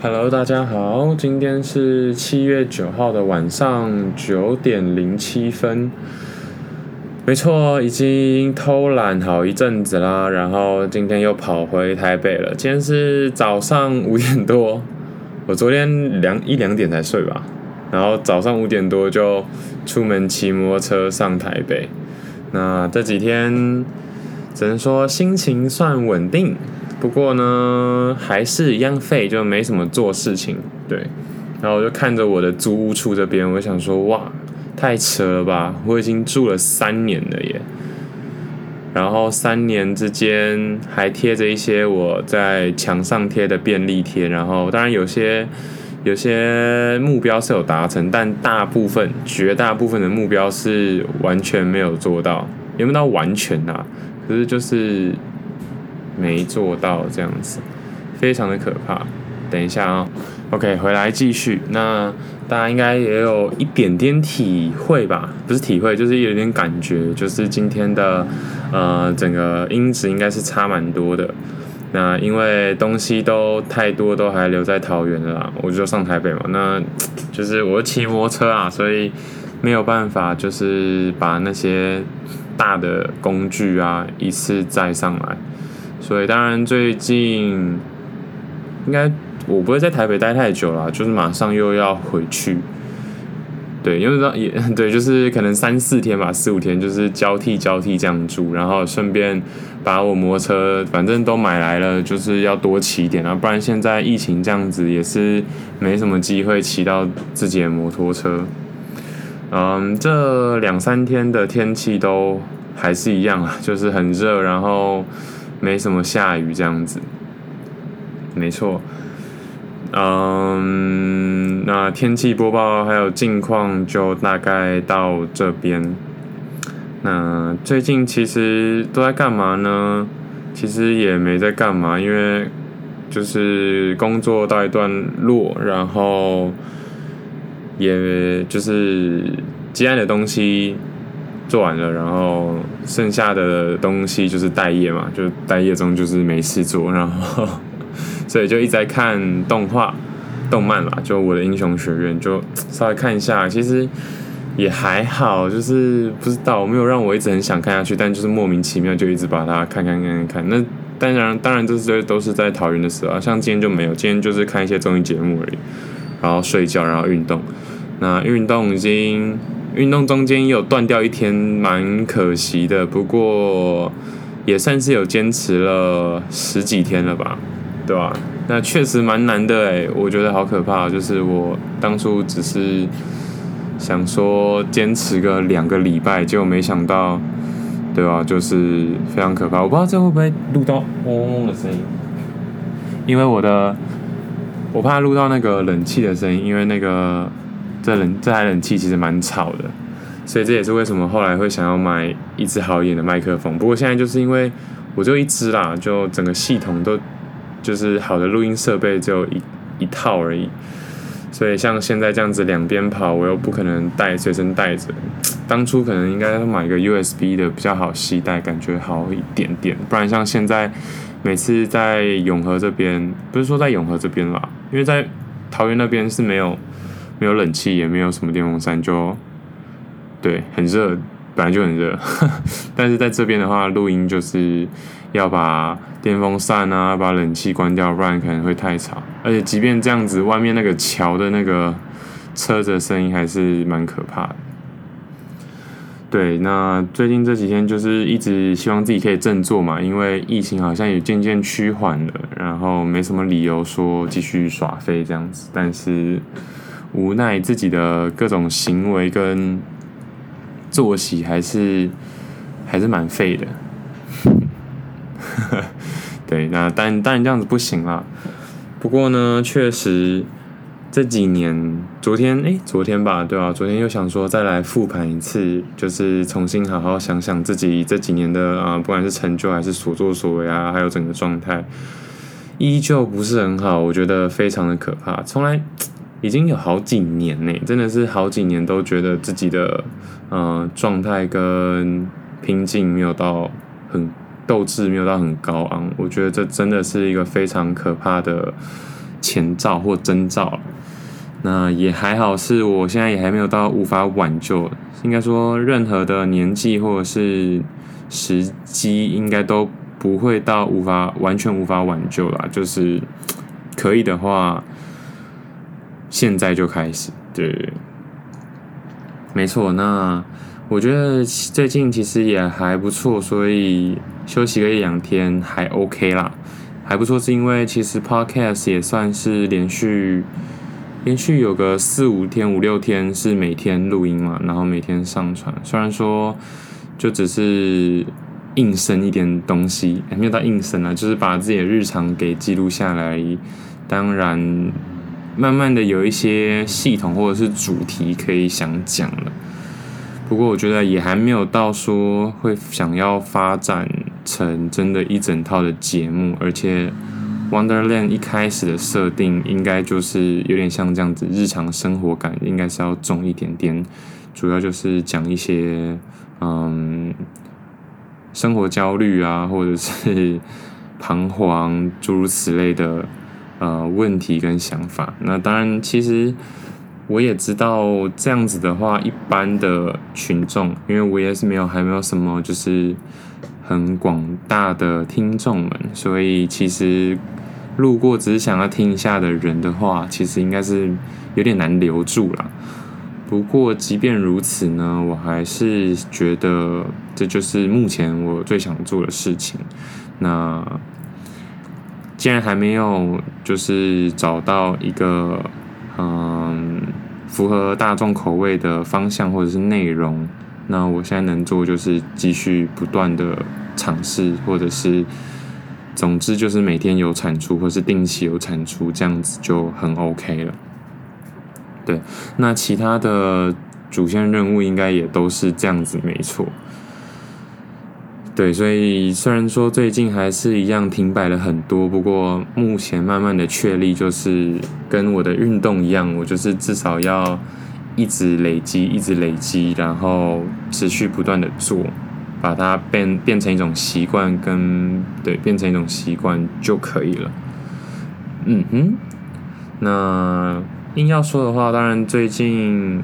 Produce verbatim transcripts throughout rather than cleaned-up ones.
Hello，大家好，今天是七月九号的晚上九点零七分。没错，已经偷懒好一阵子啦，然后今天又跑回台北了。今天是早上五点多，我昨天两一两点才睡吧，然后早上五点多就出门骑摩托车上台北。那这几天只能说心情算稳定。不过呢，还是一样废，就没什么做事情。对，然后我就看着我的租屋处这边，我想说，哇，太扯了吧！我已经住了三年了耶。然后三年之间还贴着一些我在墙上贴的便利贴，然后当然有些有些目标是有达成，但大部分绝大部分的目标是完全没有做到，也没有到完全啊，可是就是没做到这样子，非常的可怕。等一下啊、哦、，OK， 回来继续。那大家应该也有一点点体会吧？不是体会，就是有点感觉，就是今天的呃整个音质应该是差蛮多的。那因为东西都太多，都还留在桃园了啦，我就上台北嘛。那就是我骑摩托车啊，所以没有办法，就是把那些大的工具啊一次载上来。所以当然最近应该我不会在台北待太久啦，就是马上又要回去。对，因为也对，就是可能三四天吧，四五天，就是交替交替这样住，然后顺便把我摩托车反正都买来了，就是要多骑一点啊，不然现在疫情这样子也是没什么机会骑到自己的摩托车。嗯，这两三天的天气都还是一样啊，就是很热，然后没什么下雨这样子。没错。嗯，那天气播报还有近况就大概到这边。那最近其实都在干嘛呢？其实也没在干嘛，因为就是工作到一段落，然后也就是接案的东西做完了，然后剩下的东西就是待业嘛，就待业中就是没事做，然后所以就一直在看动画、动漫啦，就我的英雄学院，就稍微看一下，其实也还好，就是不知道没有让我一直很想看下去，但就是莫名其妙就一直把它看看看看看。那当然，当然这些都是在桃园的时候，像今天就没有，今天就是看一些综艺节目而已，然后睡觉，然后运动。那运动已经运动中间也有断掉一天，蛮可惜的，不过也算是有坚持了十几天了吧，对吧？那确实蛮难的哎，我觉得好可怕。就是我当初只是想说坚持个两个礼拜，结果没想到，对吧？就是非常可怕。我不知道这会不会录到嗡嗡嗡的声音，因为我的我怕录到那个冷气的声音，因为那个这冷这台冷气其实蛮吵的。所以这也是为什么后来会想要买一支好一点的麦克风。不过现在就是因为我就一支啦，就整个系统都就是好的录音设备只有一一套而已。所以像现在这样子两边跑，我又不可能带随身带着。当初可能应该买一个 U S B 的比较好携带，感觉好一点点。不然像现在每次在永和这边，不是说在永和这边啦，因为在桃园那边是没有没有冷气，也没有什么电风扇，就对，很热，本来就很热。但是在这边的话，录音就是要把电风扇啊，把冷气关掉，不然可能会太吵。而且即便这样子，外面那个桥的那个车子的声音还是蛮可怕的。对，那最近这几天就是一直希望自己可以振作嘛，因为疫情好像也渐渐趋缓了，然后没什么理由说继续耍废这样子。但是无奈自己的各种行为跟作息还是还是蛮废的。对，那但当然这样子不行啦。不过呢，确实这几年，昨天诶，昨天吧，对啊，昨天又想说再来复盘一次，就是重新好好想想自己这几年的啊、呃，不管是成就还是所作所为啊，还有整个状态，依旧不是很好，我觉得非常的可怕。从来已经有好几年呢，真的是好几年都觉得自己的呃状态跟拼劲没有到很斗志没有到很高昂，我觉得这真的是一个非常可怕的前兆或征兆了。那也还好，是我现在也还没有到无法挽救，应该说任何的年纪或者是时机，应该都不会到无法完全无法挽救啦。就是可以的话，现在就开始。对，没错。那我觉得最近其实也还不错，所以休息个一两天还 OK 啦，还不错。是因为其实 Podcast 也算是连续。连续有个四五天、五六天是每天录音嘛，然后每天上传。虽然说就只是硬生一点东西，还没有到硬生啊，就是把自己的日常给记录下来而已。当然，慢慢的有一些系统或者是主题可以想讲了。不过我觉得也还没有到说会想要发展成真的一整套的节目，而且。Wonderland 一开始的设定应该就是有点像这样子，日常生活感应该是要重一点点，主要就是讲一些嗯生活焦虑啊，或者是彷徨诸如此类的呃问题跟想法。那当然，其实我也知道这样子的话，一般的群众，因为我也是没有还没有什么就是很广大的听众们，所以其实。路过只是想要听一下的人的话，其实应该是有点难留住啦。不过即便如此呢，我还是觉得这就是目前我最想做的事情。那既然还没有就是找到一个嗯符合大众口味的方向或者是内容，那我现在能做就是继续不断的尝试，或者是。总之就是每天有产出，或是定期有产出，这样子就很 OK 了。对，那其他的主线任务应该也都是这样子，没错。对，所以虽然说最近还是一样停摆了很多，不过目前慢慢的确立，就是跟我的运动一样，我就是至少要一直累积，一直累积，然后持续不断的做。把它变变成一种习惯，跟对变成一种习惯就可以了。嗯哼，那硬要说的话，当然最近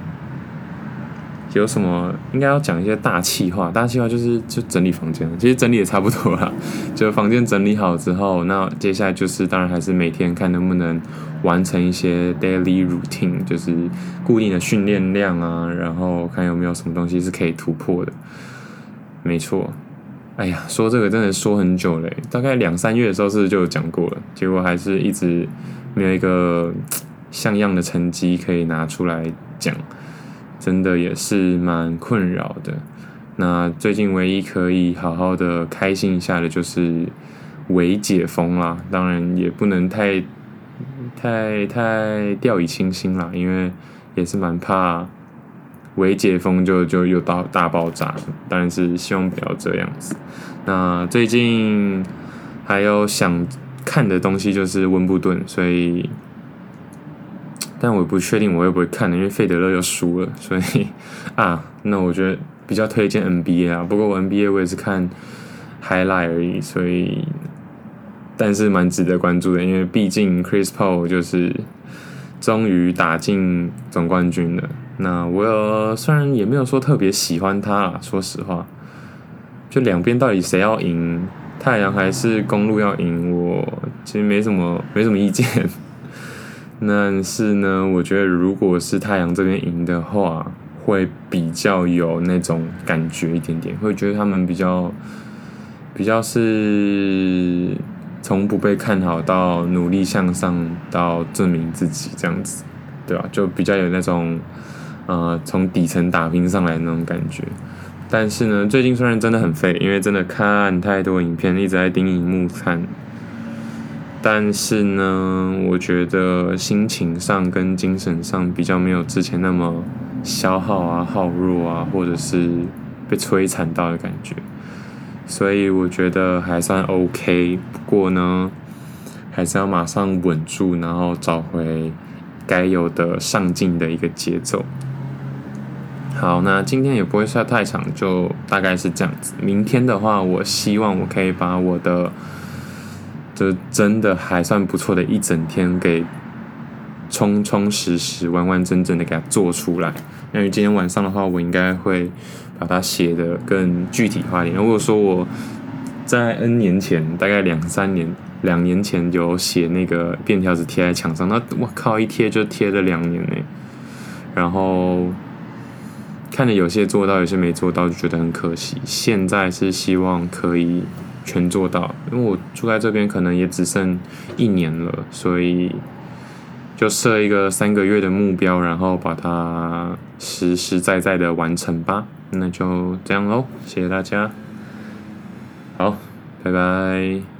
有什么应该要讲一些大企划，大企划就是就整理房间，其实整理也差不多啦。就房间整理好之后，那接下来就是当然还是每天看能不能完成一些 daily routine， 就是固定的训练量啊，然后看有没有什么东西是可以突破的。没错，哎呀，说这个真的说很久了，大概两三月的时候是不是就有讲过了？结果还是一直没有一个像样的成绩可以拿出来讲，真的也是蛮困扰的。那最近唯一可以好好的开心一下的就是微解封啦，当然也不能太太太掉以轻心啦，因为也是蛮怕。微解封就就又到大爆炸，当然是希望不要这样子。那最近还有想看的东西就是温布顿，所以，但我不确定我会不会看的，因为费德勒又输了，所以啊，那我觉得比较推荐 N B A 啊。不过我 N B A 我也是看 highlight 而已，所以，但是蛮值得关注的，因为毕竟 Chris Paul 就是终于打进总冠军了。那我有虽然也没有说特别喜欢他啦，说实话，就两边到底谁要赢，太阳还是公鹿要赢，我其实没什么没什么意见。但是呢，我觉得如果是太阳这边赢的话，会比较有那种感觉一点点，会觉得他们比较比较是从不被看好到努力向上到证明自己这样子，对吧？就比较有那种。呃，从底层打拼上来的那种感觉，但是呢，最近虽然真的很废，因为真的看太多影片，一直在盯荧幕看，但是呢，我觉得心情上跟精神上比较没有之前那么消耗啊、耗弱啊，或者是被摧残到的感觉，所以我觉得还算 OK。不过呢，还是要马上稳住，然后找回该有的上进的一个节奏。好，那今天也不会算太长，就大概是这样子。明天的话，我希望我可以把我的这真的还算不错的一整天给充充实实、完完整整的给它做出来。因为今天晚上的话，我应该会把它写得更具体化一点。如果说我在 N 年前，大概两三年、两年前有写那个便条纸贴在墙上，那我靠，一贴就贴了两年呢。然后看了有些做到，有些没做到，就觉得很可惜。现在是希望可以全做到，因为我住在这边可能也只剩一年了，所以就设一个三个月的目标，然后把它实实在在的完成吧。那就这样咯，谢谢大家，好，拜拜。